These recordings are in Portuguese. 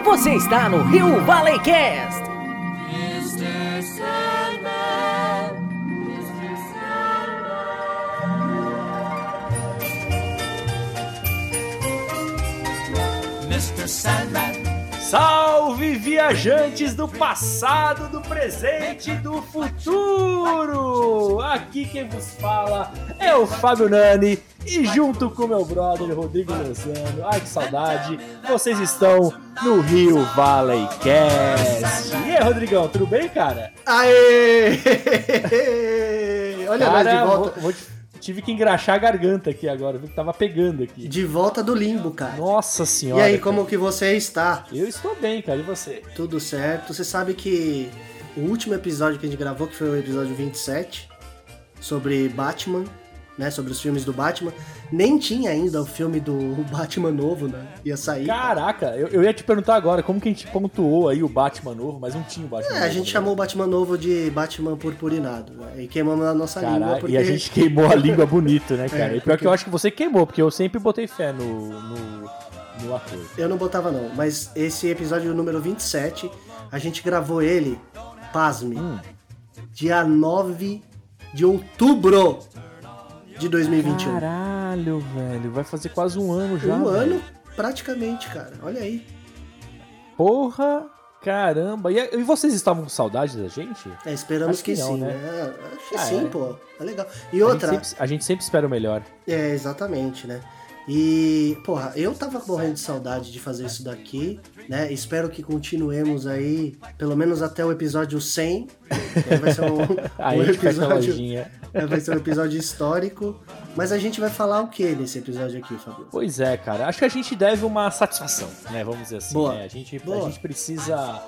Você está no Rio Valley Cast. Mr. Sandman, Mr. Sandman, Mr. Sandman. Salve, viajantes do passado, do presente e do futuro! Aqui quem vos fala é o Fábio Nani e junto com meu brother Rodrigo Lozano, ai que saudade, vocês estão no Rio Valley Cast. E aí, Rodrigão, tudo bem, cara? Aê! Olha Cara, nós de volta. Tive que engraxar a garganta aqui agora, viu que tava pegando aqui. De volta do limbo, cara. Nossa senhora. E aí, cara. como que você está? Eu estou bem, cara, e você? Tudo certo. Você sabe que o último episódio que a gente gravou, que foi o episódio 27, sobre Batman, né, sobre os filmes do Batman, nem tinha ainda o filme do Batman novo, né, ia sair. Caraca, eu ia te perguntar agora, como que a gente pontuou aí o Batman novo, mas não tinha o Batman novo. A gente chamou o Batman novo de Batman purpurinado, né, e queimamos a nossa língua. Porque... E a gente queimou a língua bonito, né, cara? E pior porque... que eu acho que você queimou, porque eu sempre botei fé no ator. Eu não botava não, mas esse episódio número 27, a gente gravou ele, pasme, dia 9 de outubro de 2021. Caralho, velho, vai fazer quase um ano já. Um velho. ano, praticamente, cara. Olha aí. Porra, caramba. E vocês estavam com saudade da gente? Esperamos Acho que que não, sim, né? né? Acho que sim, pô. É legal. E outra... A gente sempre espera o melhor. É, exatamente, né? E, porra, eu tava morrendo de saudade de fazer isso daqui, né? Espero que continuemos aí, pelo menos até o episódio 100. Vai ser Aí um a gente fecha a episódio... lojinha. Vai ser um episódio histórico. Mas a gente vai falar o que nesse episódio aqui, Fabio? Pois é, cara. Acho que a gente deve uma satisfação, né? Vamos dizer assim. Boa. Né? A gente Boa. precisa...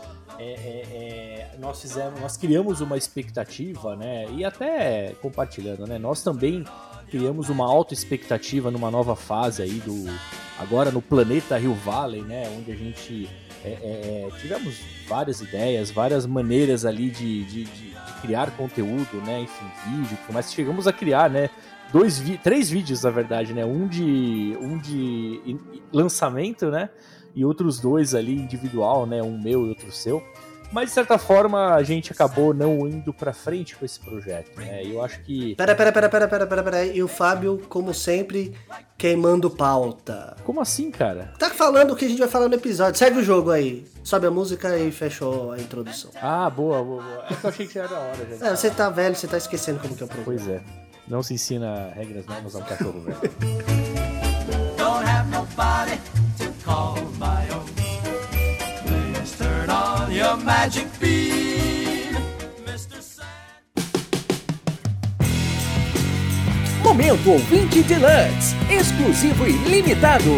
nós criamos uma expectativa, né? E até compartilhando, né? Nós também criamos uma alta expectativa numa nova fase aí agora no planeta Rio Valley, né? Onde a gente tivemos várias ideias, várias maneiras ali de criar conteúdo, né? Enfim, vídeo, mas chegamos a criar, né? 3 vídeos, na verdade, né? Um de lançamento, né? E outros 2 ali individual, né? Um meu e outro seu. Mas, de certa forma, a gente acabou não indo pra frente com esse projeto, né? Eu acho que... Pera. E o Fábio, como sempre, queimando pauta. Como assim, cara? Tá falando o que a gente vai falar no episódio. Segue o jogo aí. Sobe a música e fechou a introdução. Ah, boa. É que eu achei que já era a hora, já. Você tá velho, você tá esquecendo como que é o programa. Pois é. Não se ensina regras novas a um cachorro velho. Don't have nobody to call my own. Please turn on your magic beam, Mr. Sandman. Momento Ouvinte Deluxe, exclusivo e limitado.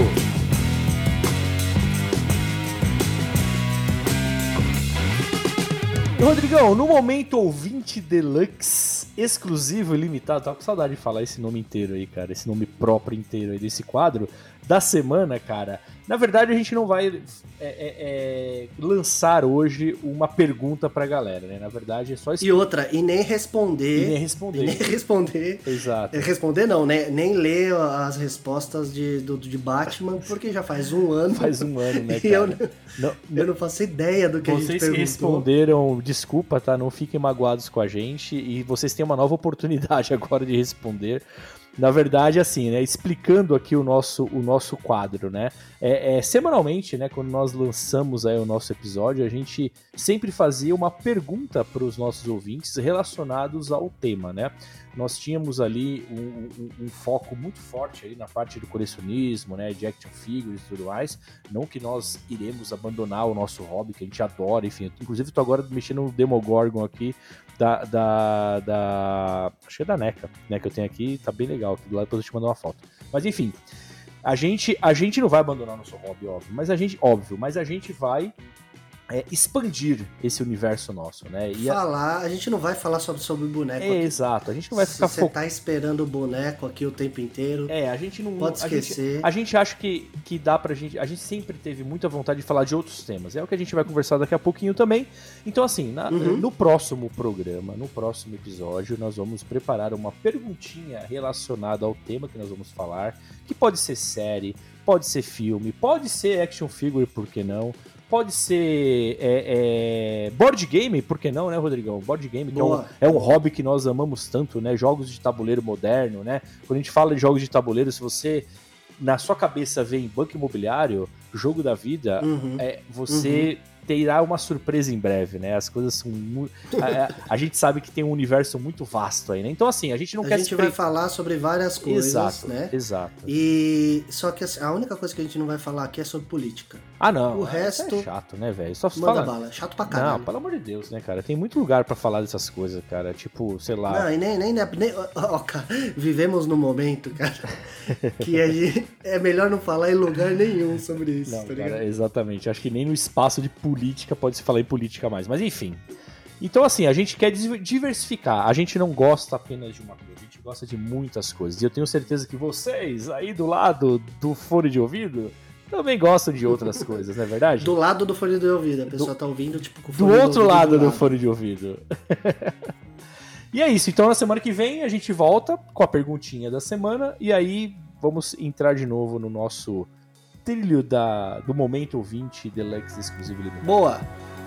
Rodrigão, no momento ouvinte deluxe, exclusivo e limitado, tava com saudade de falar esse nome inteiro aí, cara, esse nome próprio inteiro aí desse quadro da semana, cara. Na verdade, a gente não vai lançar hoje uma pergunta pra galera, né? Na verdade, é só... E nem responder. E nem responder. Exato. Responder não, né? Nem ler as respostas de Batman, porque já faz um ano. Faz um ano, né, E cara? eu não faço ideia do que a gente Vocês perguntou. que responderam, desculpa, tá? Não fiquem magoados com a gente e vocês têm uma nova oportunidade agora de responder. Na verdade, assim, né, explicando aqui o nosso quadro, né, semanalmente, né, quando nós lançamos aí o nosso episódio, a gente sempre fazia uma pergunta para os nossos ouvintes relacionados ao tema, né. Nós tínhamos ali um foco muito forte aí na parte do colecionismo, né, de action figures e tudo mais. Não que nós iremos abandonar o nosso hobby, que a gente adora, enfim. Inclusive, tô agora mexendo no Demogorgon aqui, acho que é da NECA, né, que eu tenho aqui, tá bem legal, aqui do lado depois eu te mando uma foto. Mas enfim, a gente não vai abandonar nosso hobby, óbvio, mas a gente vai expandir esse universo nosso, né? A gente não vai falar sobre boneco aqui. Exato, a gente não vai ficar focado. Você tá esperando o boneco aqui o tempo inteiro. A gente não pode esquecer. A gente acha que dá pra gente. A gente sempre teve muita vontade de falar de outros temas. É o que a gente vai conversar daqui a pouquinho também. Então, assim, no próximo programa, no próximo episódio, nós vamos preparar uma perguntinha relacionada ao tema que nós vamos falar, que pode ser série, pode ser filme, pode ser action figure, por que não? pode ser board game, por que não, né, Rodrigão? Board game, que Boa. é um hobby que nós amamos tanto, né? Jogos de tabuleiro moderno, né? Quando a gente fala de jogos de tabuleiro, se você na sua cabeça vem banco imobiliário, jogo da vida, você terá uma surpresa em breve, né? As coisas são muito... a gente sabe que tem um universo muito vasto aí, né? Então, assim, a gente não quer... A gente vai falar sobre várias coisas, exato, né? Exato. E só que assim, a única coisa que a gente não vai falar aqui é sobre política. Ah, não. O resto... é chato, né, velho? Só Manda fala... bala. Chato pra caralho. Não, pelo amor de Deus, né, cara? Tem muito lugar pra falar dessas coisas, cara. Tipo, sei lá... Não, e nem ó, cara, vivemos num momento, cara, que é melhor não falar em lugar nenhum sobre isso, Não, tá ligado? cara, exatamente. Acho que nem no espaço de política pode se falar em política mais. Mas enfim. Então, assim, a gente quer diversificar. A gente não gosta apenas de uma coisa. A gente gosta de muitas coisas. E eu tenho certeza que vocês, aí do lado do fone de ouvido, também gostam de outras coisas, não é verdade? Do lado do fone de ouvido. A pessoa tá ouvindo, tipo, com o Do fone de outro ouvido lado do do fone de ouvido. E é isso. Então, na semana que vem, a gente volta com a perguntinha da semana. E aí, vamos entrar de novo no nosso trilho do Momento Ouvinte Deluxe Exclusivo Limitado. Boa!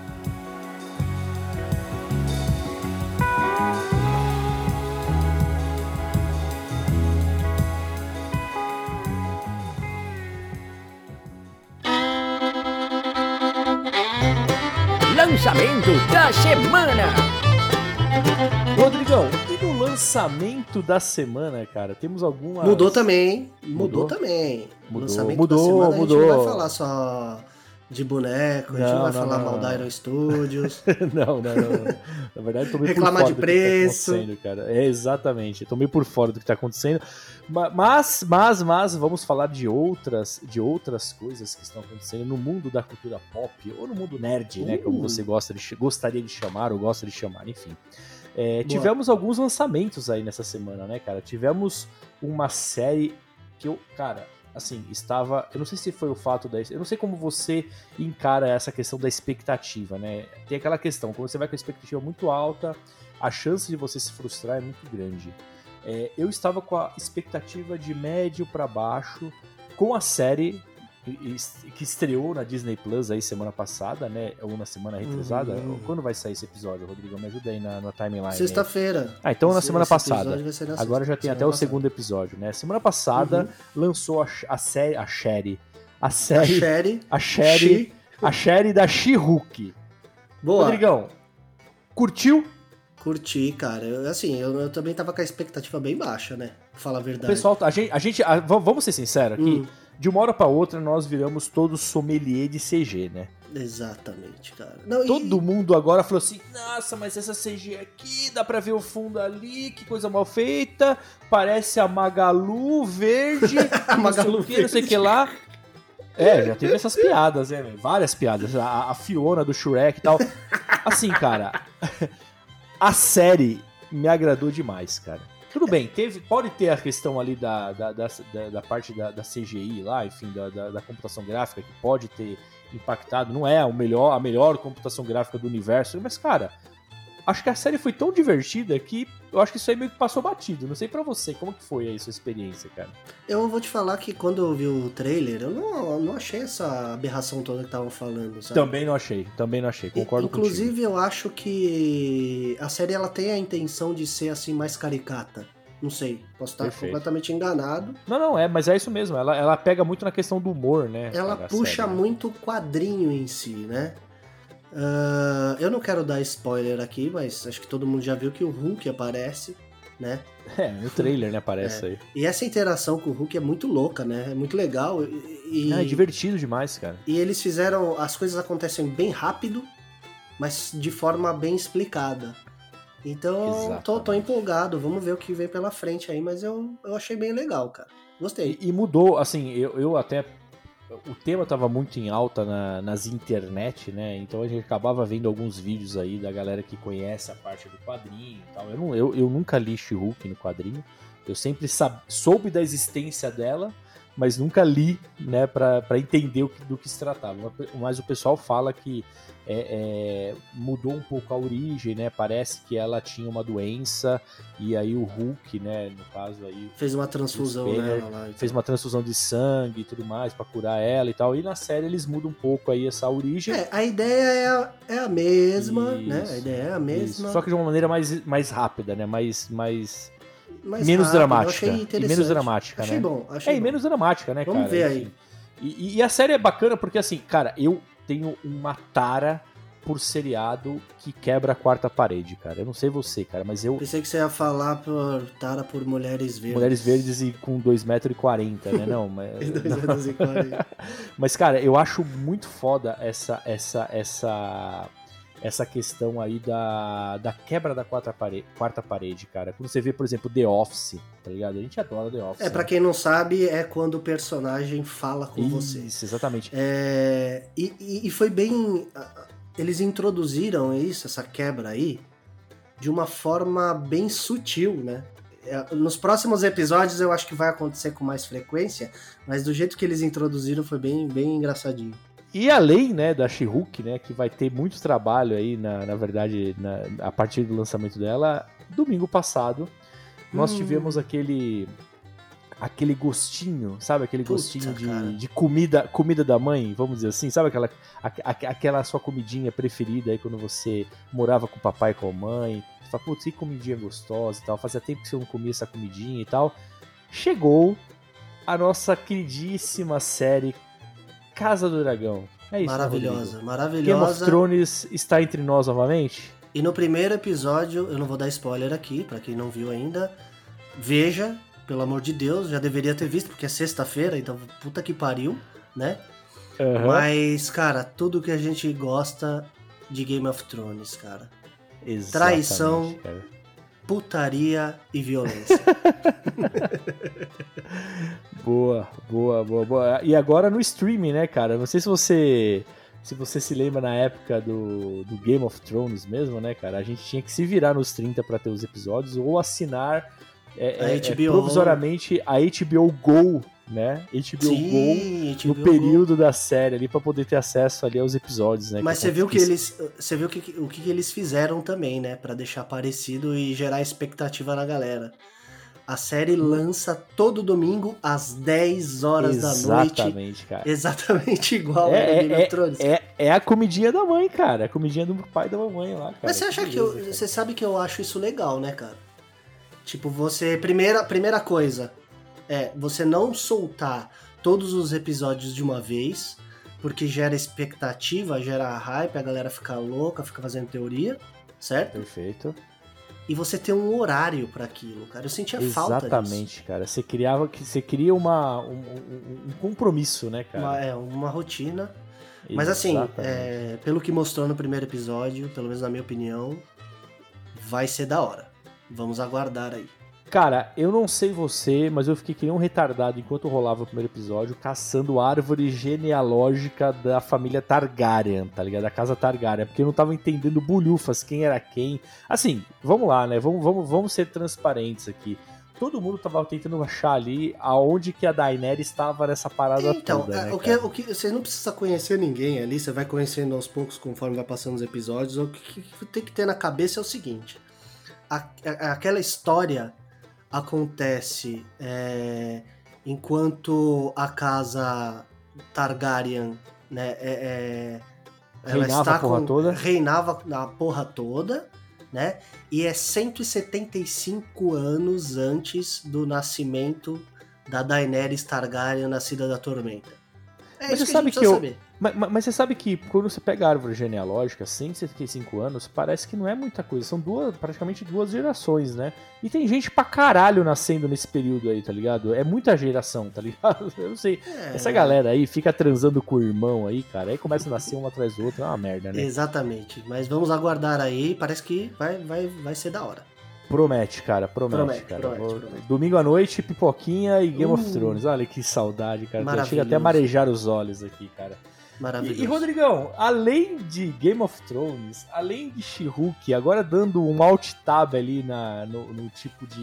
Lançamento da semana. Rodrigão, e no lançamento da semana, cara, temos algumas... Mudou também, hein? Mudou Mudou? também. Mudou, Lançamento mudou, da semana, mudou. A gente não vai falar só de boneco, a gente não vai falar mal da Iron Studios. Não. Na verdade, tô meio Reclamar por de fora preço. do que tá acontecendo, cara. É, exatamente. Tô meio por fora do que tá acontecendo. Mas vamos falar de outras coisas que estão acontecendo no mundo da cultura pop, ou no mundo nerd, né? Como você gostaria de chamar, ou gosta de chamar, enfim. Tivemos alguns lançamentos aí nessa semana, né, cara? Tivemos uma série que cara, assim, eu não sei se foi o fato eu não sei como você encara essa questão da expectativa, né? Tem aquela questão, quando você vai com a expectativa muito alta, a chance de você se frustrar é muito grande. Eu estava com a expectativa de médio para baixo com a série que estreou na Disney Plus aí semana passada, né? Ou na semana retrasada. Quando vai sair esse episódio, Rodrigo? Me ajuda aí na timeline. Sexta-feira. Então na semana passada. Agora já tem até o segundo episódio, né? Semana passada lançou a série da She-Hulk. Boa. Rodrigão, curtiu? Curti, cara. Eu também tava com a expectativa bem baixa, né? Pra falar a verdade. Pessoal, vamos ser sinceros aqui. De uma hora pra outra, nós viramos todos sommelier de CG, né? Exatamente, cara. Todo mundo agora falou assim, nossa, mas essa CG aqui, dá pra ver o fundo ali, que coisa mal feita, parece a Magalu verde, não sei o que lá. Já teve essas piadas, né, velho? Várias piadas. A Fiona do Shrek e tal. Assim, cara, a série me agradou demais, cara. Tudo bem, pode ter a questão ali da parte da CGI lá, enfim, da computação gráfica, que pode ter impactado. Não é a melhor computação gráfica do universo, mas, cara, acho que a série foi tão divertida que eu acho que isso aí meio que passou batido. Não sei pra você, como que foi aí a sua experiência, cara? Eu vou te falar que quando eu vi o trailer, eu não achei essa aberração toda que estavam falando, sabe? Também não achei, concordo contigo. Inclusive, eu acho que a série ela tem a intenção de ser assim mais caricata. Não sei, posso estar completamente enganado. Não, mas é isso mesmo. Ela pega muito na questão do humor, né? Ela puxa muito o quadrinho em si, né? Eu não quero dar spoiler aqui, mas acho que todo mundo já viu que o Hulk aparece, né? No trailer, né? Aparece aí. E essa interação com o Hulk é muito louca, né? É muito legal. É divertido demais, cara. E eles fizeram... As coisas acontecem bem rápido, mas de forma bem explicada. Então, tô empolgado. Vamos ver o que vem pela frente aí, mas eu achei bem legal, cara. Gostei. E mudou, assim, eu até... O tema tava muito em alta nas internet, né? Então a gente acabava vendo alguns vídeos aí da galera que conhece a parte do quadrinho e tal. Eu nunca li She-Hulk no quadrinho. Eu sempre soube da existência dela, mas nunca li, né, pra entender do que se tratava. Mas o pessoal fala que mudou um pouco a origem, né? Parece que ela tinha uma doença e aí o Hulk, né, no caso aí... Fez uma transfusão nela lá. Então. Fez uma transfusão de sangue e tudo mais pra curar ela e tal. E na série eles mudam um pouco aí essa origem. A ideia é a mesma, isso, né? A ideia é a mesma. Isso. Só que de uma maneira mais rápida, né? Mais menos rápido, dramática. Eu achei interessante. E menos dramática, achei né? Bom, achei bom. E menos dramática, né, Vamos cara? Ver aí. E a série é bacana porque, assim, cara, eu tenho uma tara por seriado que quebra a quarta parede, cara. Eu não sei você, cara, mas eu... Pensei que você ia falar por Mulheres Verdes. Mulheres Verdes e com 2,40 m, né? Não, mas... 2,40 m. Mas, cara, eu acho muito foda essa questão aí da quebra da quarta parede, cara. Quando você vê, por exemplo, The Office, tá ligado? A gente adora The Office. Pra quem não sabe, é quando o personagem fala com você. Isso, exatamente. E foi bem... Eles introduziram essa quebra aí, de uma forma bem sutil, né? Nos próximos episódios eu acho que vai acontecer com mais frequência, mas do jeito que eles introduziram foi bem engraçadinho. E além, né, da She-Hulk, né, que vai ter muito trabalho aí, na verdade, a partir do lançamento dela, domingo passado, nós tivemos aquele gostinho, sabe? Aquele gostinho de comida da mãe, vamos dizer assim, sabe? Aquela sua comidinha preferida aí quando você morava com o papai e com a mãe. Você fala, putz, que comidinha gostosa e tal. Fazia tempo que você não comia essa comidinha e tal. Chegou a nossa queridíssima série Casa do Dragão. É isso, maravilhosa, né, maravilhosa. Game of Thrones está entre nós novamente? E no primeiro episódio, eu não vou dar spoiler aqui, pra quem não viu ainda, veja, pelo amor de Deus, já deveria ter visto, porque é sexta-feira, então puta que pariu, né? Uhum. Mas, cara, tudo que a gente gosta de Game of Thrones, cara. Exatamente, traição, cara. Putaria e violência. Boa. E agora no streaming, né, cara? Não sei se você se lembra na época do Game of Thrones mesmo, né, cara? A gente tinha que se virar nos 30 pra ter os episódios ou assinar provisoriamente a HBO Go, né? HBO Go no período da série ali pra poder ter acesso ali aos episódios, né? Mas você viu o que eles fizeram também, né? Pra deixar parecido e gerar expectativa na galera. A série lança todo domingo às 10 horas da noite. Exatamente, cara. Exatamente igual a Game of Thrones. É a comidinha da mãe, cara. A comidinha do pai e da mamãe lá, cara. Mas você acha você sabe que eu acho isso legal, né, cara? Tipo, você... Primeira coisa é você não soltar todos os episódios de uma vez, porque gera expectativa, gera hype, a galera fica louca, fica fazendo teoria, certo? Perfeito. E você ter um horário pra aquilo, cara. Eu sentia falta disso. Exatamente, cara. Você cria um compromisso, né, cara? Uma rotina. Mas assim, pelo que mostrou no primeiro episódio, pelo menos na minha opinião, vai ser da hora. Vamos aguardar aí. Cara, eu não sei você, mas eu fiquei que nem um retardado enquanto rolava o primeiro episódio, caçando a árvore genealógica da família Targaryen, tá ligado? Da casa Targaryen, porque eu não tava entendendo bulhufas, quem era quem. Assim, vamos lá, né? Vamos ser transparentes aqui. Todo mundo tava tentando achar ali aonde que a Daenerys estava nessa parada toda, né, o que você não precisa conhecer ninguém ali, você vai conhecendo aos poucos conforme vai passando os episódios. O que tem que ter na cabeça é o seguinte: aquela história acontece enquanto a casa Targaryen, né, reinava na porra toda, né, e é 175 anos antes do nascimento da Daenerys Targaryen, nascida da Tormenta. Mas isso que a gente precisa saber. Mas você sabe que quando você pega a árvore genealógica, 175 anos, parece que não é muita coisa. São praticamente duas gerações, né? E tem gente pra caralho nascendo nesse período aí, tá ligado? É muita geração, tá ligado? Eu não sei. Essa galera aí fica transando com o irmão aí, cara. Aí começa a nascer um atrás do outro. É uma merda, né? Exatamente. Mas vamos aguardar aí. Parece que vai ser da hora. Promete, cara. Promete. Domingo à noite, pipoquinha e Game of Thrones. Olha que saudade, cara. Chega até a marejar os olhos aqui, cara. Maravilhoso. E Rodrigão, além de Game of Thrones, além de She-Hulk, agora dando um alt tab ali no tipo de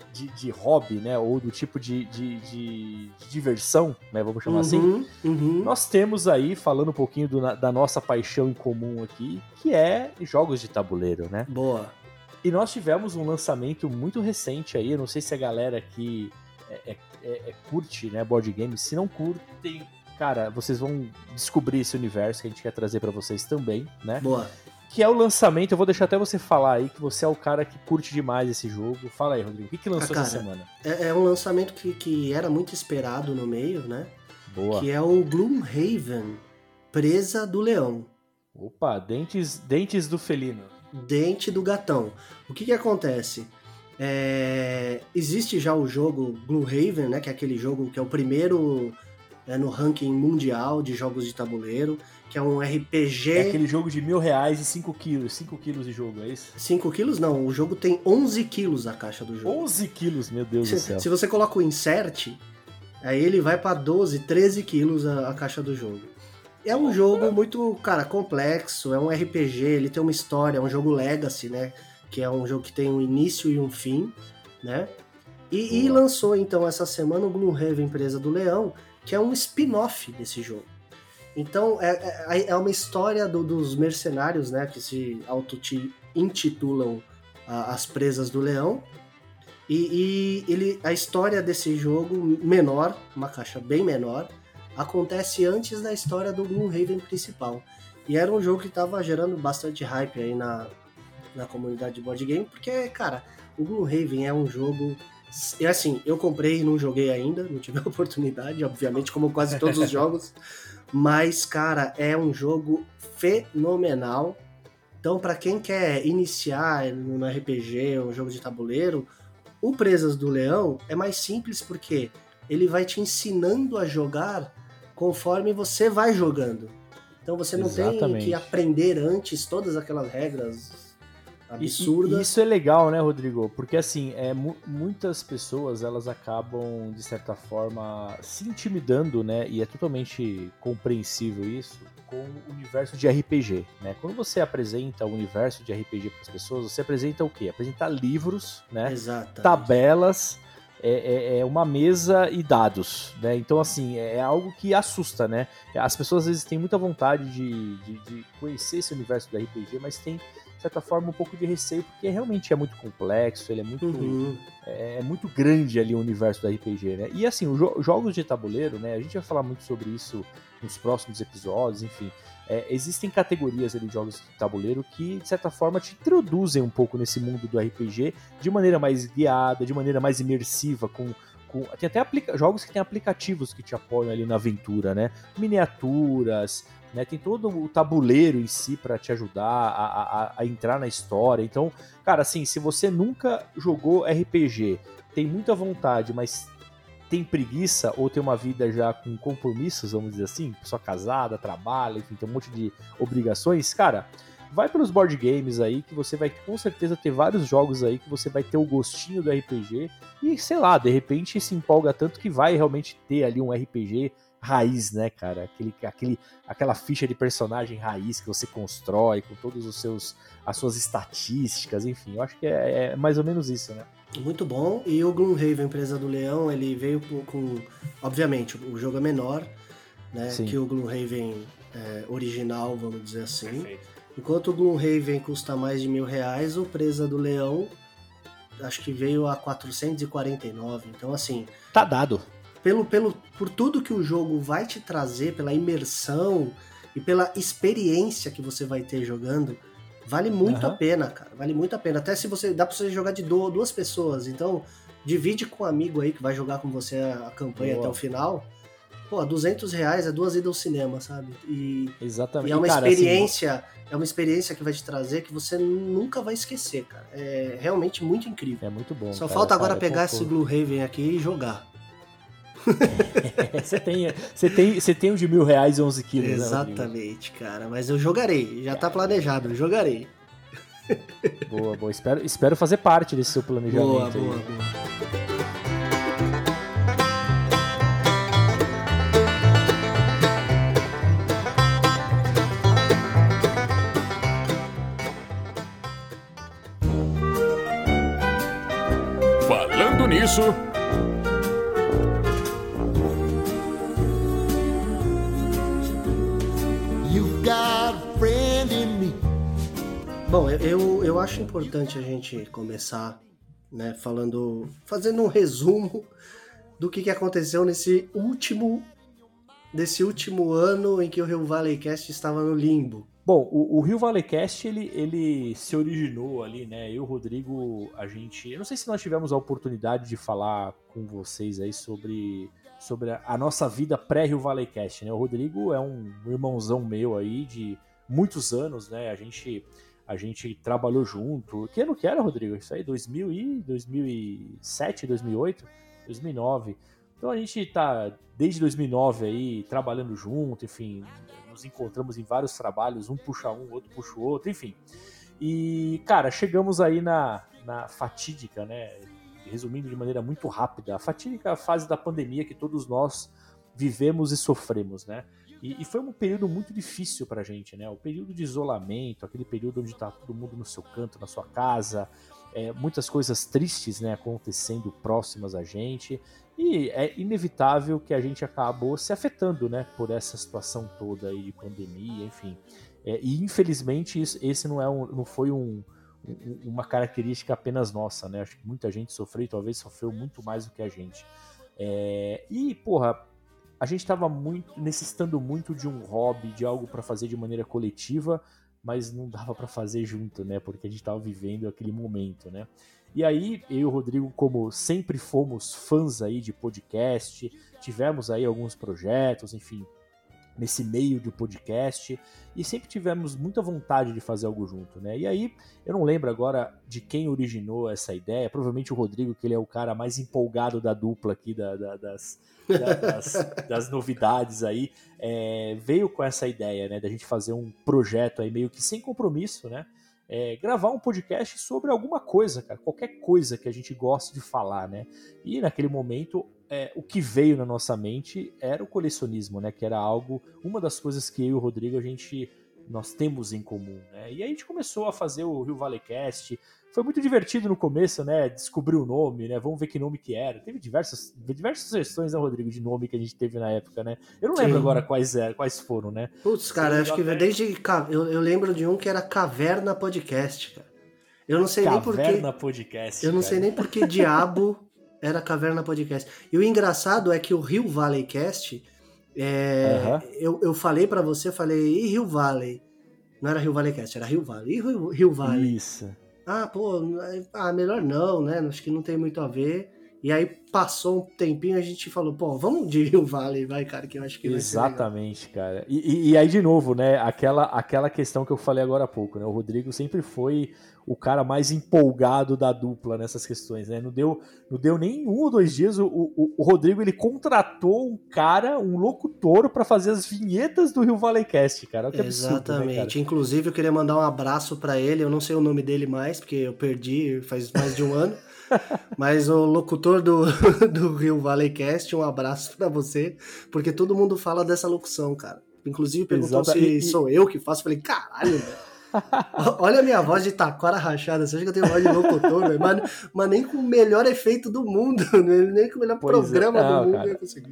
de hobby, né? Ou do tipo de diversão, né? Vamos chamar assim. Nós temos aí, falando um pouquinho da nossa paixão em comum aqui, que é jogos de tabuleiro, né? Boa. E nós tivemos um lançamento muito recente aí, eu não sei se a galera aqui curte, né, board games. Se não curtem, cara, vocês vão descobrir esse universo que a gente quer trazer pra vocês também, né? Boa. Que é o lançamento, eu vou deixar até você falar aí, que você é o cara que curte demais esse jogo. Fala aí, Rodrigo, o que lançou essa semana? É um lançamento que era muito esperado no meio, né? Boa. Que é o Gloomhaven, Presa do Leão. Opa, dentes do felino. Dente do gatão. O que acontece? Existe já o jogo Gloomhaven, né? Que é aquele jogo que é o primeiro no ranking mundial de jogos de tabuleiro, que é um RPG... É aquele jogo de R$1.000 e 5 quilos. 5 quilos de jogo, é isso? 5 quilos não, o jogo tem 11 quilos a caixa do jogo. 11 quilos, meu Deus do céu. Se você coloca o insert, aí ele vai pra 12, 13 quilos a caixa do jogo. É um jogo muito, cara, complexo, é um RPG, ele tem uma história, é um jogo Legacy, né? Que é um jogo que tem um início e um fim, né? E lançou, então, essa semana o Gloomhaven Presa do Leão, que é um spin-off desse jogo. Então, é uma história dos mercenários, né? Que se auto-intitulam As Presas do Leão. A história desse jogo menor, uma caixa bem menor, acontece antes da história do Gloomhaven principal. E era um jogo que estava gerando bastante hype aí na comunidade de board game, porque, cara, o Gloomhaven é um jogo... assim, eu comprei e não joguei ainda, não tive a oportunidade, obviamente, como quase todos os jogos, mas, cara, é um jogo fenomenal. Então, para quem quer iniciar no RPG, um jogo de tabuleiro, o Presas do Leão é mais simples porque ele vai te ensinando a jogar conforme você vai jogando. Então você não tem que aprender antes todas aquelas regras absurdas. E isso é legal, né, Rodrigo? Porque assim, muitas pessoas elas acabam, de certa forma, se intimidando, né? E é totalmente compreensível isso, com o universo de RPG, né? Quando você apresenta o universo de RPG para as pessoas, você apresenta o quê? Apresenta livros, né? Exatamente. Tabelas, uma mesa e dados, né? Então, assim, é algo que assusta, né? As pessoas às vezes têm muita vontade de conhecer esse universo do RPG, mas tem, de certa forma, um pouco de receio, porque realmente é muito complexo, ele é muito, é muito grande ali o universo do RPG, né? E assim, os jogos de tabuleiro, né? A gente vai falar muito sobre isso nos próximos episódios, enfim. Existem categorias ali de jogos de tabuleiro que, de certa forma, te introduzem um pouco nesse mundo do RPG de maneira mais guiada, de maneira mais imersiva, tem até jogos que tem aplicativos que te apoiam ali na aventura, né? Miniaturas, né? Tem todo o tabuleiro em si para te ajudar a entrar na história. Então, cara, assim, se você nunca jogou RPG, tem muita vontade, mas tem preguiça ou tem uma vida já com compromissos, vamos dizer assim, pessoa casada, trabalha, enfim, tem um monte de obrigações, cara, vai pelos board games aí que você vai com certeza ter vários jogos aí que você vai ter o gostinho do RPG e, sei lá, de repente se empolga tanto que vai realmente ter ali um RPG raiz, né, cara? Aquela ficha de personagem raiz que você constrói com todos as suas estatísticas, enfim, eu acho que é mais ou menos isso, né? Muito bom. E o Gloomhaven, Presa do Leão, ele veio com... Obviamente, o jogo é menor, né? Sim. Que o Gloomhaven original, vamos dizer assim. Perfeito. Enquanto o Gloomhaven custa mais de R$1.000, o Presa do Leão acho que veio a 449. Então, assim... Tá dado. Por tudo que o jogo vai te trazer, pela imersão e pela experiência que você vai ter jogando... Vale muito a pena, cara. Vale muito a pena. Até se dá pra você jogar de duas pessoas. Então, divide com um amigo aí que vai jogar com você a campanha até o final. Pô, R$200 é 2 idas ao cinema, sabe? Exatamente. E é uma experiência, assim, é uma experiência que vai te trazer que você nunca vai esquecer, cara. É realmente muito incrível. É muito bom. Só falta agora pegar esse Gloomhaven aqui e jogar. Você tem o de R$1.000 e 11 quilos, exatamente, né, cara, mas eu jogarei, já tá planejado, eu jogarei. Boa, espero fazer parte desse seu planejamento. Boa. Falando isso? You've got a friend in me. Bom, eu acho importante a gente começar, né, fazendo um resumo do que aconteceu nesse último ano em que o Rio Valley Cast estava no limbo. Bom, o Rio Valley Cast, ele se originou ali, né? Eu e o Rodrigo, eu não sei se nós tivemos a oportunidade de falar com vocês aí sobre a nossa vida pré-Rio Valley Cast, né? O Rodrigo é um irmãozão meu aí de muitos anos, né? A gente trabalhou junto. Que ano que era, Rodrigo? Isso aí, 2007, 2008, 2009. Então a gente tá desde 2009 aí trabalhando junto, enfim, nos encontramos em vários trabalhos, um puxa um, outro puxa o outro, enfim. E, cara, chegamos aí na fatídica, né, resumindo de maneira muito rápida, a fatídica fase da pandemia que todos nós vivemos e sofremos, né? E foi um período muito difícil pra gente, né? O período de isolamento, aquele período onde tá todo mundo no seu canto, na sua casa, muitas coisas tristes, né, acontecendo próximas a gente, e é inevitável que a gente acabou se afetando, né, por essa situação toda aí de pandemia, enfim. E infelizmente esse não foi uma característica apenas nossa, né? Acho que muita gente sofreu e talvez sofreu muito mais do que a gente. E, porra, a gente estava necessitando muito de um hobby, de algo para fazer de maneira coletiva, mas não dava para fazer junto, né? Porque a gente estava vivendo aquele momento, né? E aí, eu e o Rodrigo, como sempre fomos fãs aí de podcast, tivemos aí alguns projetos, enfim, nesse meio de podcast, e sempre tivemos muita vontade de fazer algo junto, né? E aí, eu não lembro agora de quem originou essa ideia, provavelmente o Rodrigo, que ele é o cara mais empolgado da dupla aqui, das novidades aí, veio com essa ideia, né, da gente fazer um projeto aí meio que sem compromisso, né? Gravar um podcast sobre alguma coisa, cara, qualquer coisa que a gente goste de falar, né? E naquele momento, o que veio na nossa mente era o colecionismo, né? Que era uma das coisas que eu e o Rodrigo nós temos em comum, né? E aí a gente começou a fazer o Rio Valley Cast. Foi muito divertido no começo, né? Descobrir o nome, né? Vamos ver que nome que era. Teve diversas sugestões, né, Rodrigo, de nome que a gente teve na época, né? Eu não lembro agora quais foram, né? Putz, cara, acho que eu lembro de um que era Caverna Podcast, cara. Eu não sei nem por que... Caverna Podcast, eu não sei nem por que diabo era Caverna Podcast. E o engraçado é que o Rio Valley Cast, eu falei pra você, e Rio Valley? Não era Rio Valley Cast, era Rio Valley. E Rio Valley? Isso. Melhor não, né? Acho que não tem muito a ver. E aí passou um tempinho, a gente falou, vamos de Rio Valley, vai, cara, que eu acho que vai ser legal. Exatamente, cara. E aí, de novo, né, aquela questão que eu falei agora há pouco, né? O Rodrigo sempre foi o cara mais empolgado da dupla nessas questões, né? Não deu nem 1 ou 2 dias, o Rodrigo, ele contratou um locutor pra fazer as vinhetas do Rio Valley Cast, cara. Olha que absurdo, exatamente, né, cara? Inclusive eu queria mandar um abraço pra ele, eu não sei o nome dele mais, porque eu perdi faz mais de um ano. Mas o locutor do Rio Valley Cast, um abraço pra você, porque todo mundo fala dessa locução, cara. Inclusive perguntou se sou eu que faço, falei, caralho, velho. Olha a minha voz de taquara rachada, você acha que eu tenho voz de locutor, velho? Mas nem com o melhor efeito do mundo, nem com o melhor programa do mundo eu ia conseguir.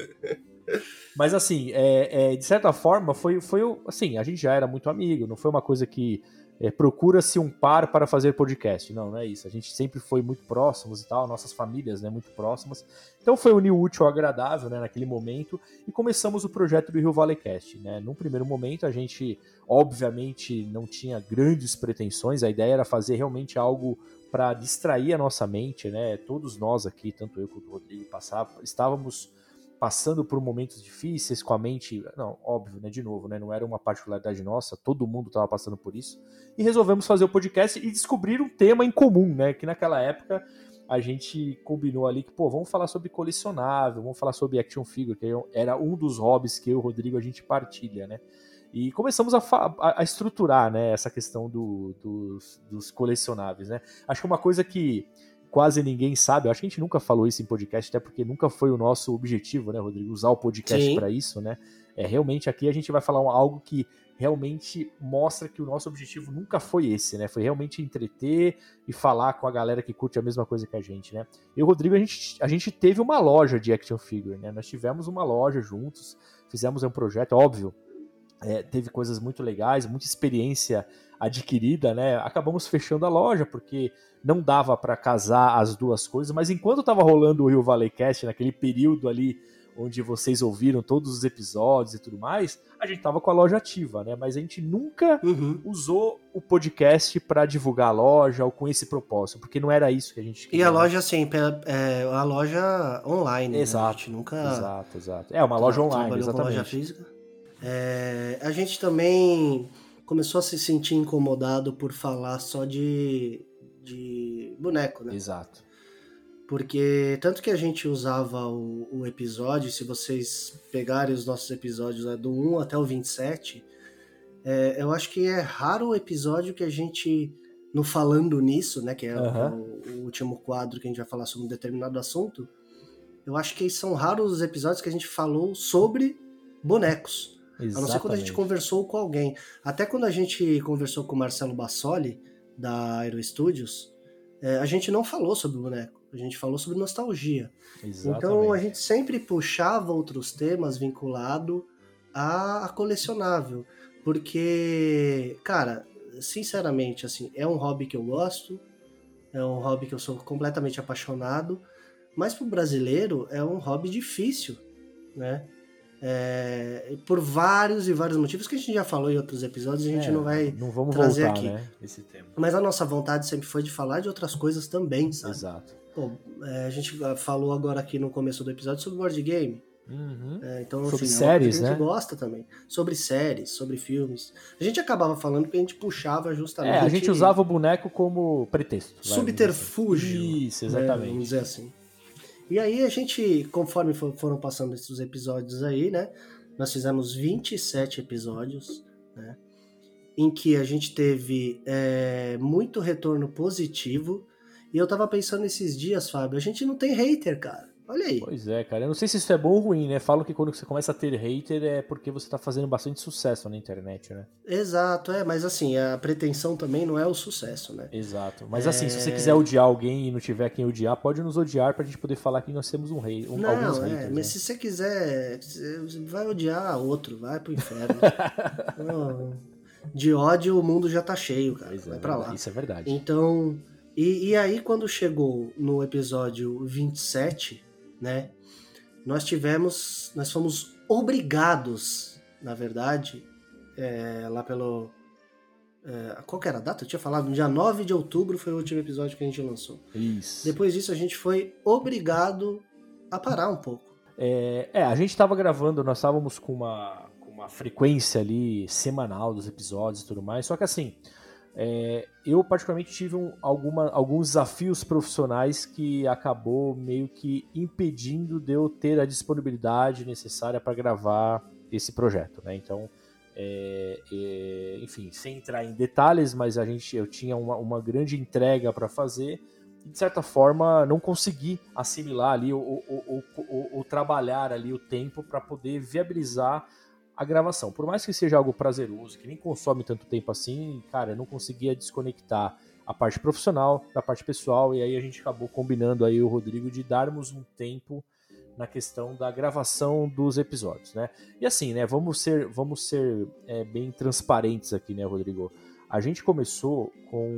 Mas assim, de certa forma, foi assim, a gente já era muito amigo, não foi uma coisa que procura-se um par para fazer podcast. Não é isso. A gente sempre foi muito próximos e tal, nossas famílias, né, muito próximas. Então foi unir o útil ao agradável, né, naquele momento, e começamos o projeto do Rio Valley Cast, né? Num primeiro momento a gente, obviamente, não tinha grandes pretensões, a ideia era fazer realmente algo para distrair a nossa mente, né? Todos nós aqui, tanto eu quanto o Rodrigo, estávamos passando por momentos difíceis com a mente, não, óbvio, né, de novo, né, não era uma particularidade nossa, todo mundo estava passando por isso, e resolvemos fazer o podcast e descobrir um tema em comum, né, que naquela época a gente combinou ali que, vamos falar sobre colecionável, vamos falar sobre action figure, que era um dos hobbies que eu e o Rodrigo a gente partilha, né, e começamos a estruturar, né, essa questão dos colecionáveis, né, acho que uma coisa que quase ninguém sabe, eu acho que a gente nunca falou isso em podcast, até porque nunca foi o nosso objetivo, né, Rodrigo, usar o podcast para isso, né? Realmente aqui a gente vai falar algo que realmente mostra que o nosso objetivo nunca foi esse, né? Foi realmente entreter e falar com a galera que curte a mesma coisa que a gente, né? Eu e o Rodrigo, a gente teve uma loja de action figure, né? Nós tivemos uma loja juntos, fizemos um projeto, óbvio, teve coisas muito legais, muita experiência adquirida, né? Acabamos fechando a loja porque não dava para casar as duas coisas, mas enquanto estava rolando o Rio Valley Cast, naquele período ali onde vocês ouviram todos os episódios e tudo mais, a gente tava com a loja ativa, né? Mas a gente nunca usou o podcast para divulgar a loja ou com esse propósito, porque não era isso que a gente queria. E a loja, assim, a loja online, exato, né? A gente nunca... Exato. Uma loja online, exatamente. Com loja física. A gente também começou a se sentir incomodado por falar só de boneco, né? Exato. Porque tanto que a gente usava o episódio, se vocês pegarem os nossos episódios do 1 até o 27, eu acho que é raro o episódio que a gente, no Falando Nisso, né, que é o último quadro que a gente vai falar sobre um determinado assunto, eu acho que são raros os episódios que a gente falou sobre bonecos. Exatamente. A não ser quando a gente conversou com alguém. Até quando a gente conversou com o Marcelo Bassoli, da Aero Studios, a gente não falou sobre boneco. A gente falou sobre nostalgia. Exatamente. Então a gente sempre puxava outros temas vinculados a colecionável. Porque, cara, sinceramente, assim, é um hobby que eu gosto, é um hobby que eu sou completamente apaixonado, mas pro brasileiro é um hobby difícil, né? Por vários e vários motivos que a gente já falou em outros episódios, a gente não vai vamos trazer voltar, aqui. Né, esse tema. Mas a nossa vontade sempre foi de falar de outras coisas também, sabe? Exato. Pô, a gente falou agora aqui no começo do episódio sobre board game. Então, sobre assim, séries, a gente gosta também. Sobre séries, sobre filmes. A gente acabava falando porque a gente puxava justamente... a gente usava o boneco como pretexto. Subterfúgio. Isso, exatamente. Né, vamos dizer assim. E aí a gente, conforme foram passando esses episódios aí, né? Nós fizemos 27 episódios, né? Em que a gente teve muito retorno positivo. E eu tava pensando esses dias, Fábio, a gente não tem hater, cara. Olha aí. Pois é, cara. Eu não sei se isso é bom ou ruim, né? Falo que quando você começa a ter hater é porque você tá fazendo bastante sucesso na internet, né? Exato, mas assim, a pretensão também não é o sucesso, né? Exato. Mas assim, se você quiser odiar alguém e não tiver quem odiar, pode nos odiar pra gente poder falar que nós temos alguns haters. Mas né? se você quiser, vai odiar outro, vai pro inferno. De ódio o mundo já tá cheio, cara. Vai pra lá. Isso é verdade. Então, e aí quando chegou no episódio 27, né, nós fomos obrigados, na verdade, lá pelo... qual que era a data? Eu tinha falado, dia 9 de outubro foi o último episódio que a gente lançou. Isso. Depois disso a gente foi obrigado a parar um pouco. A gente tava gravando, nós estávamos com uma frequência ali semanal dos episódios e tudo mais, só que assim, eu particularmente tive alguns desafios profissionais que acabou meio que impedindo de eu ter a disponibilidade necessária para gravar esse projeto, né? Então, enfim, sem entrar em detalhes, mas eu tinha uma grande entrega para fazer e de certa forma não consegui assimilar ali ou trabalhar ali o tempo para poder viabilizar a gravação. Por mais que seja algo prazeroso, que nem consome tanto tempo assim, cara, eu não conseguia desconectar a parte profissional da parte pessoal, e aí a gente acabou combinando aí o Rodrigo de darmos um tempo na questão da gravação dos episódios, né? E assim, né, vamos ser bem transparentes aqui, né, Rodrigo? A gente começou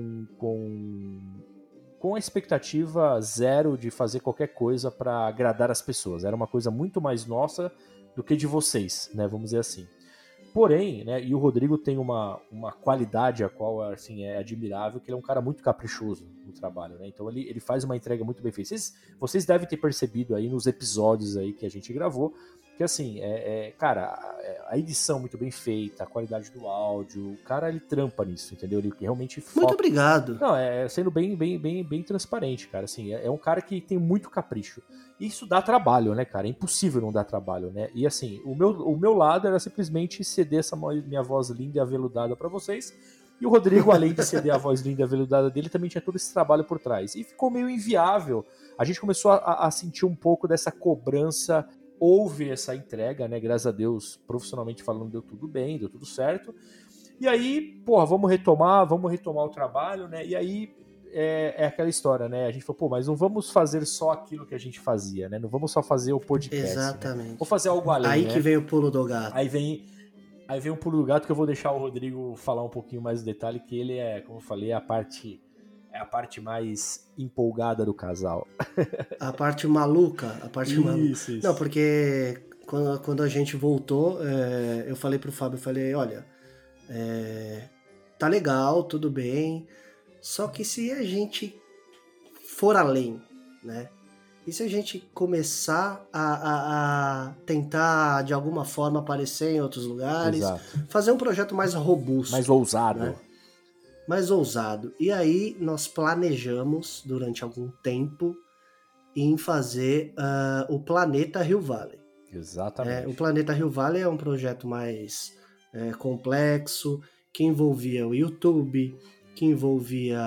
com a expectativa zero de fazer qualquer coisa para agradar as pessoas. Era uma coisa muito mais nossa do que de vocês, né? Vamos dizer assim. Porém, né, e o Rodrigo tem uma qualidade a qual assim, é admirável, que ele é um cara muito caprichoso no trabalho, né? Então ele faz uma entrega muito bem feita. Vocês devem ter percebido aí nos episódios aí que a gente gravou, que assim, cara, a edição muito bem feita, a qualidade do áudio, o cara ele trampa nisso, entendeu? Ele realmente foca... Muito obrigado. Não, sendo bem transparente, cara, assim, é um cara que tem muito capricho. Isso dá trabalho, né, cara? É impossível não dar trabalho, né? E assim, o meu lado era simplesmente ceder essa minha voz linda e aveludada pra vocês. E o Rodrigo, além de ceder a voz linda e aveludada dele, também tinha todo esse trabalho por trás. E ficou meio inviável. A gente começou a sentir um pouco dessa cobrança houve essa entrega, né? Graças a Deus, profissionalmente falando, deu tudo bem, deu tudo certo. E aí, porra, vamos retomar o trabalho, né? E aí é aquela história, né? A gente falou, pô, mas não vamos fazer só aquilo que a gente fazia, né? Não vamos só fazer o podcast. Exatamente. Né? Vamos fazer algo além, Aí né? que vem o pulo do gato. Aí vem um pulo do gato que eu vou deixar o Rodrigo falar um pouquinho mais do detalhe, que ele é, como eu falei, a parte mais empolgada do casal. A parte maluca. Isso. Não, porque quando a gente voltou, eu falei pro Fábio, olha, tá legal, tudo bem, só que se a gente for além, né? E se a gente começar a tentar, de alguma forma, aparecer em outros lugares, Exato. fazer um projeto mais robusto. Mais ousado. Né? Mais ousado. E aí nós planejamos, durante algum tempo, em fazer o Planeta Rio Valley. Exatamente. O Planeta Rio Valley é um projeto mais complexo, que envolvia o YouTube, que envolvia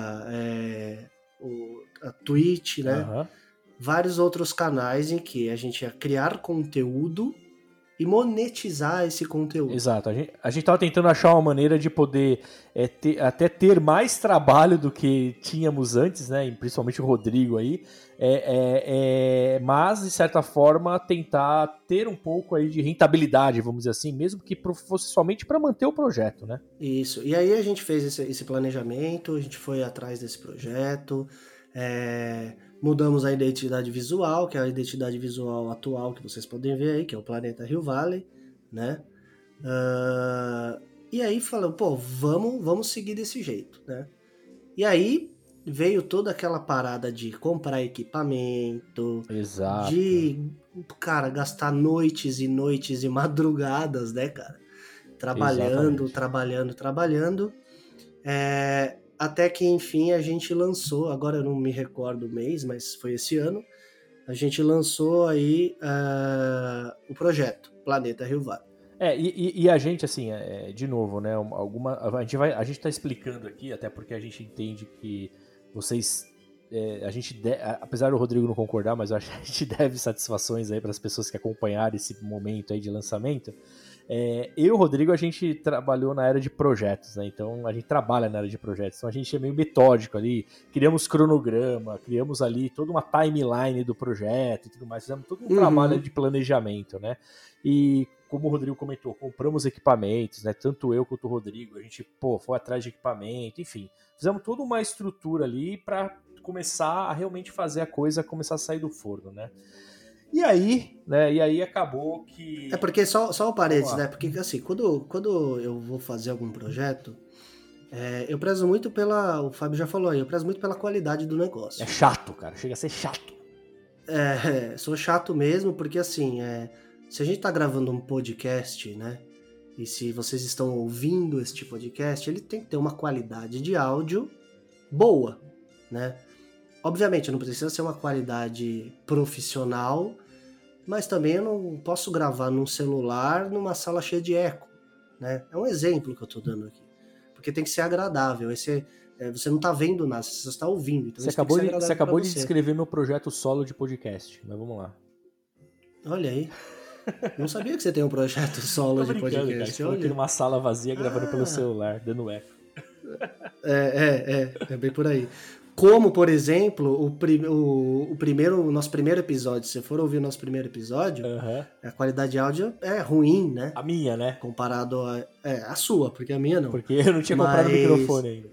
a Twitch, né? Uhum. Vários outros canais em que a gente ia criar conteúdo e monetizar esse conteúdo. Exato. A gente tava tentando achar uma maneira de poder até ter mais trabalho do que tínhamos antes, né? Principalmente o Rodrigo aí. Mas, de certa forma, tentar ter um pouco aí de rentabilidade, vamos dizer assim, mesmo que fosse somente para manter o projeto, né? Isso. E aí a gente fez esse planejamento, a gente foi atrás desse projeto, mudamos a identidade visual, que é a identidade visual atual que vocês podem ver aí, que é o Planeta Rio Valley, né? E aí falamos, pô, vamos seguir desse jeito, né? E aí veio toda aquela parada de comprar equipamento, Exato. de, cara, gastar noites e noites e madrugadas, né, cara? Trabalhando. Até que, enfim, a gente lançou, agora eu não me recordo o mês, mas foi esse ano, a gente lançou aí o projeto Planeta Rio Valley. E a gente, assim, de novo, né, a gente tá explicando aqui, até porque a gente entende que vocês, apesar do Rodrigo não concordar, mas eu acho que a gente deve satisfações aí para as pessoas que acompanharam esse momento aí de lançamento. Eu e o Rodrigo, a gente trabalhou na era de projetos, né? Então a gente trabalha na área de projetos, então a gente é meio metódico ali, criamos cronograma, criamos ali toda uma timeline do projeto e tudo mais, fizemos todo um trabalho de planejamento, né? E como o Rodrigo comentou, compramos equipamentos, né? Tanto eu quanto o Rodrigo, a gente, foi atrás de equipamento, enfim, fizemos toda uma estrutura ali para começar a realmente fazer a coisa começar a sair do forno, né? E aí acabou que... Porque só o parênteses, né? Porque assim, quando eu vou fazer algum projeto, eu prezo muito o Fábio já falou aí, eu prezo muito pela qualidade do negócio. É chato, cara, chega a ser chato. Sou chato mesmo, porque assim, se a gente tá gravando um podcast, né? E se vocês estão ouvindo este podcast, ele tem que ter uma qualidade de áudio boa, né? Obviamente, não precisa ser uma qualidade profissional, mas também eu não posso gravar num celular numa sala cheia de eco, né? É um exemplo que eu tô dando aqui. Porque tem que ser agradável. Você não tá vendo nada, você está ouvindo. Então você acabou de descrever meu projeto solo de podcast, mas vamos lá. Olha aí. Não sabia que você tem um projeto solo de podcast. Cara, eu numa sala vazia gravando pelo celular, dando eco. É bem por aí. Como, por exemplo, o nosso primeiro episódio. Se você for ouvir o nosso primeiro episódio, a qualidade de áudio é ruim, né? A minha, né? Comparado a sua, porque a minha não. Porque eu não tinha comprado o microfone ainda.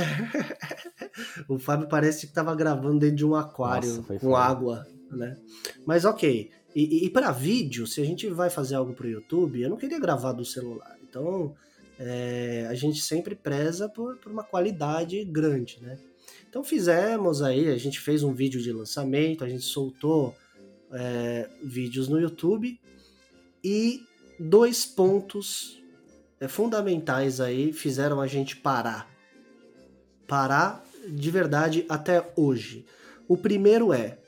O Fábio parece que estava gravando dentro de um aquário com água, né? Mas ok. E para vídeo, se a gente vai fazer algo pro YouTube, eu não queria gravar do celular. Então, a gente sempre preza por uma qualidade grande, né? Então fizemos aí, a gente fez um vídeo de lançamento, a gente soltou vídeos no YouTube e 2 pontos fundamentais aí fizeram a gente parar de verdade até hoje. O primeiro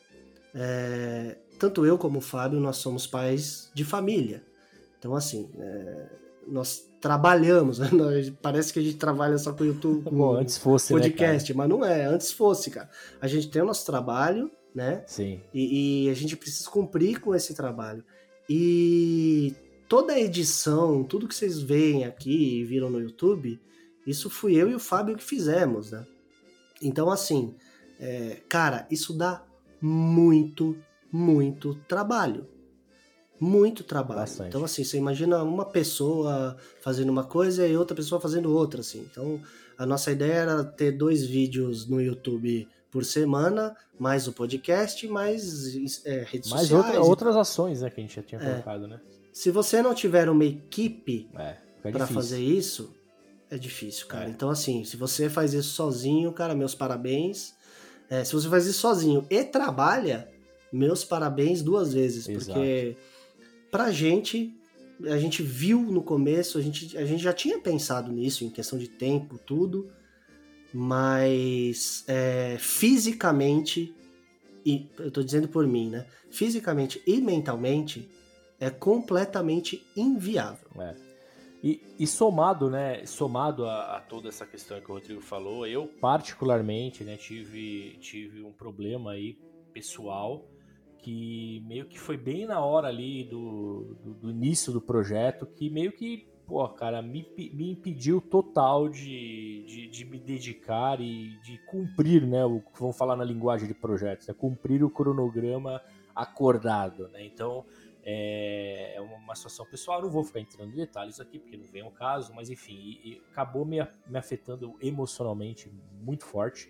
tanto eu como o Fábio, nós somos pais de família. Então assim, nós trabalhamos, né? Parece que a gente trabalha só com o YouTube, com antes fosse, podcast, né, mas não é, antes fosse, cara. A gente tem o nosso trabalho, né? Sim. E a gente precisa cumprir com esse trabalho. E toda a edição, tudo que vocês veem aqui e viram no YouTube, isso fui eu e o Fábio que fizemos, né? Então, assim, cara, isso dá muito, muito trabalho. Muito trabalho. Bastante. Então, assim, você imagina uma pessoa fazendo uma coisa e outra pessoa fazendo outra, assim. Então, a nossa ideia era ter 2 vídeos no YouTube por semana, mais o podcast, mais redes Mais sociais. outras ações, né, que a gente já tinha colocado, né? Se você não tiver uma equipe Fica pra difícil. fazer isso, é difícil, cara. Então, assim, se você faz isso sozinho, cara, meus parabéns. Se você faz isso sozinho e trabalha, meus parabéns 2 vezes. Exato. Porque pra gente, a gente viu no começo, a gente já tinha pensado nisso, em questão de tempo, tudo, mas fisicamente, e eu tô dizendo por mim, né? Fisicamente e mentalmente, é completamente inviável. E somado, né, somado a toda essa questão que o Rodrigo falou, eu particularmente, né, tive um problema aí pessoal que meio que foi bem na hora ali do início do projeto, que meio que, pô, cara, me impediu total de me dedicar e de cumprir, né, o que vamos falar na linguagem de projetos, né, cumprir o cronograma acordado, né, então é uma situação pessoal, eu não vou ficar entrando em detalhes aqui, porque não vem ao caso, mas enfim, e acabou me afetando emocionalmente muito forte,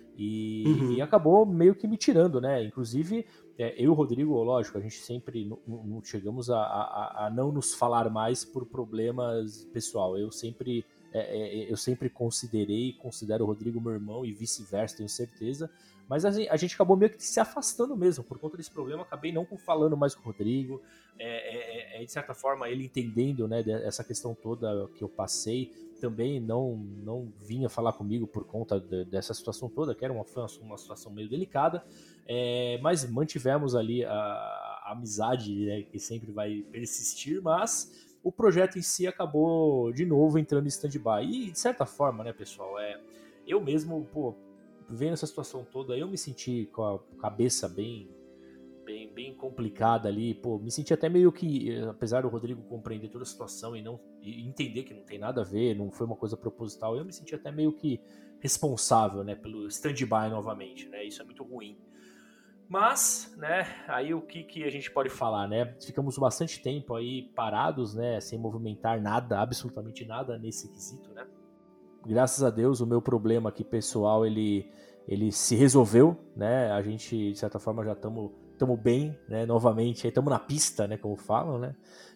e acabou meio que me tirando, né? Inclusive, eu e o Rodrigo, lógico, a gente sempre não chegamos a não nos falar mais por problemas pessoal. Eu sempre considerei e considero o Rodrigo meu irmão e vice-versa, tenho certeza. Mas a gente acabou meio que se afastando mesmo. Por conta desse problema, acabei não falando mais com o Rodrigo. De certa forma, ele entendendo, né, essa questão toda que eu passei, também não vinha falar comigo por conta dessa situação toda, que era uma situação meio delicada. Mas mantivemos ali a amizade, né, que sempre vai persistir, mas o projeto em si acabou de novo entrando em stand-by. E de certa forma, né, pessoal, eu mesmo, pô, vendo essa situação toda, eu me senti com a cabeça bem complicada ali, pô, me senti até meio que, apesar do Rodrigo compreender toda a situação e entender que não tem nada a ver, não foi uma coisa proposital, eu me senti até meio que responsável, né, pelo stand-by novamente, né, isso é muito ruim. Mas, né, aí o que a gente pode falar, né, ficamos bastante tempo aí parados, né, sem movimentar nada, absolutamente nada nesse quesito, né. Graças a Deus, o meu problema aqui pessoal, ele se resolveu, né, a gente, de certa forma, já estamos bem, né, novamente, estamos na pista, né, como falam, né,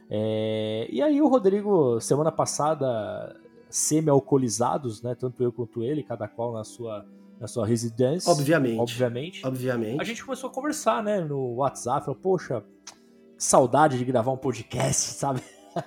e aí o Rodrigo, semana passada, semi-alcoolizados, né, tanto eu quanto ele, cada qual na sua residência. Obviamente. A gente começou a conversar, né, no WhatsApp, falou, poxa, saudade de gravar um podcast, sabe?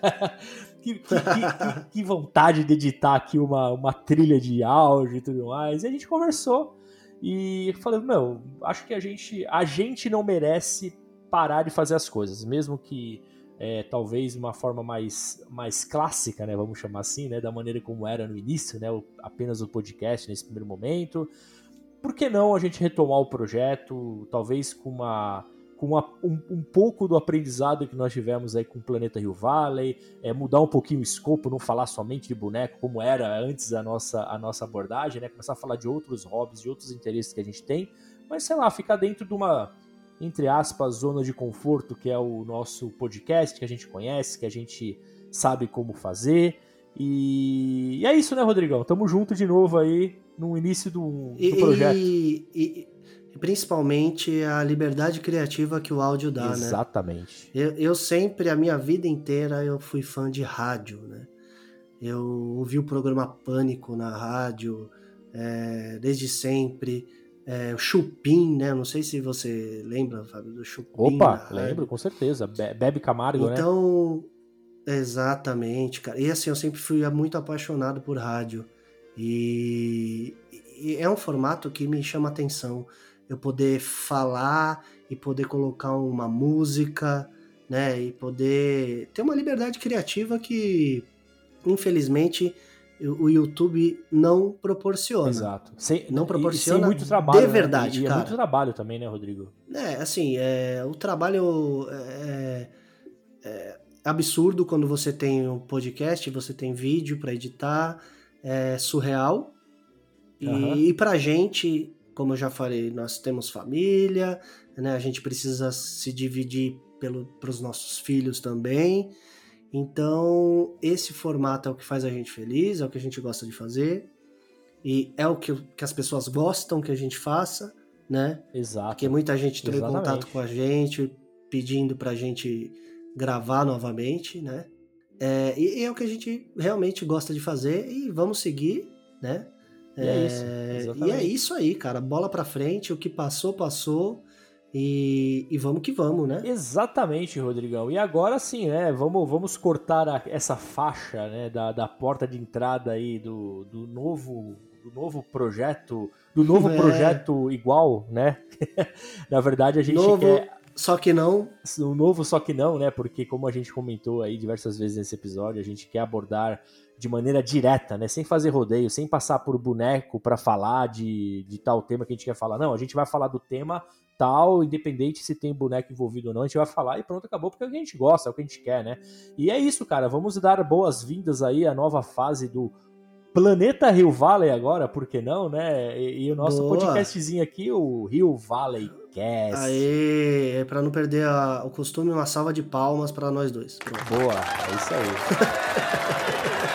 que vontade de editar aqui uma trilha de áudio e tudo mais. E a gente conversou e eu falei, meu, acho que a gente não merece parar de fazer as coisas, mesmo que talvez uma forma mais clássica, né, vamos chamar assim, né, da maneira como era no início, né, apenas o podcast nesse primeiro momento. Por que não a gente retomar o projeto, talvez com um pouco do aprendizado que nós tivemos aí com o Planeta Rio Valley, mudar um pouquinho o escopo, não falar somente de boneco, como era antes a nossa abordagem, né, começar a falar de outros hobbies, de outros interesses que a gente tem, mas sei lá, ficar dentro de uma, entre aspas, zona de conforto, que é o nosso podcast, que a gente conhece, que a gente sabe como fazer. E é isso, né, Rodrigão? Tamo junto de novo aí no início do projeto. E principalmente a liberdade criativa que o áudio dá, Exatamente. né? Eu sempre, a minha vida inteira, eu fui fã de rádio, né? Eu ouvi o programa Pânico na rádio, desde sempre. O Chupim, né? Não sei se você lembra, Fábio, do Chupim. Opa, lembro, com certeza. Bebe Camargo, né? Então, exatamente, cara. E assim, eu sempre fui muito apaixonado por rádio. E é um formato que me chama atenção. Eu poder falar e poder colocar uma música, né? E poder ter uma liberdade criativa que, infelizmente, o YouTube não proporciona. Exato. Não proporciona sem muito trabalho, de verdade, né? E cara. é muito trabalho também, né, Rodrigo? Assim, o trabalho absurdo quando você tem um podcast, você tem vídeo para editar, é surreal. E pra gente, como eu já falei, nós temos família, né? A gente precisa se dividir pros nossos filhos também. Então, esse formato é o que faz a gente feliz, é o que a gente gosta de fazer. E é o que as pessoas gostam que a gente faça, né? Exato. Porque muita gente entrou em contato com a gente, pedindo pra gente gravar novamente, né? E é o que a gente realmente gosta de fazer e vamos seguir, né? E é isso aí, cara. Bola pra frente, o que passou, passou. E vamos que vamos, né? Exatamente, Rodrigão. E agora sim, né? Vamos cortar essa faixa, né? Da porta de entrada aí do novo projeto. Do novo projeto igual, né? Na verdade, a gente quer. Só que não. O novo só que não, né? Porque como a gente comentou aí diversas vezes nesse episódio, a gente quer abordar de maneira direta, né? Sem fazer rodeio, sem passar por boneco para falar de tal tema que a gente quer falar. Não, a gente vai falar do tema tal, independente se tem boneco envolvido ou não, a gente vai falar e pronto, acabou, porque é o que a gente gosta, é o que a gente quer, né? E é isso, cara, vamos dar boas-vindas aí à nova fase do Planeta Rio Valley agora, por que não, né? E o nosso podcastzinho aqui, o Rio Valley Cast. Aê, pra não perder o costume, uma salva de palmas pra nós dois. Pronto. Boa, é isso aí.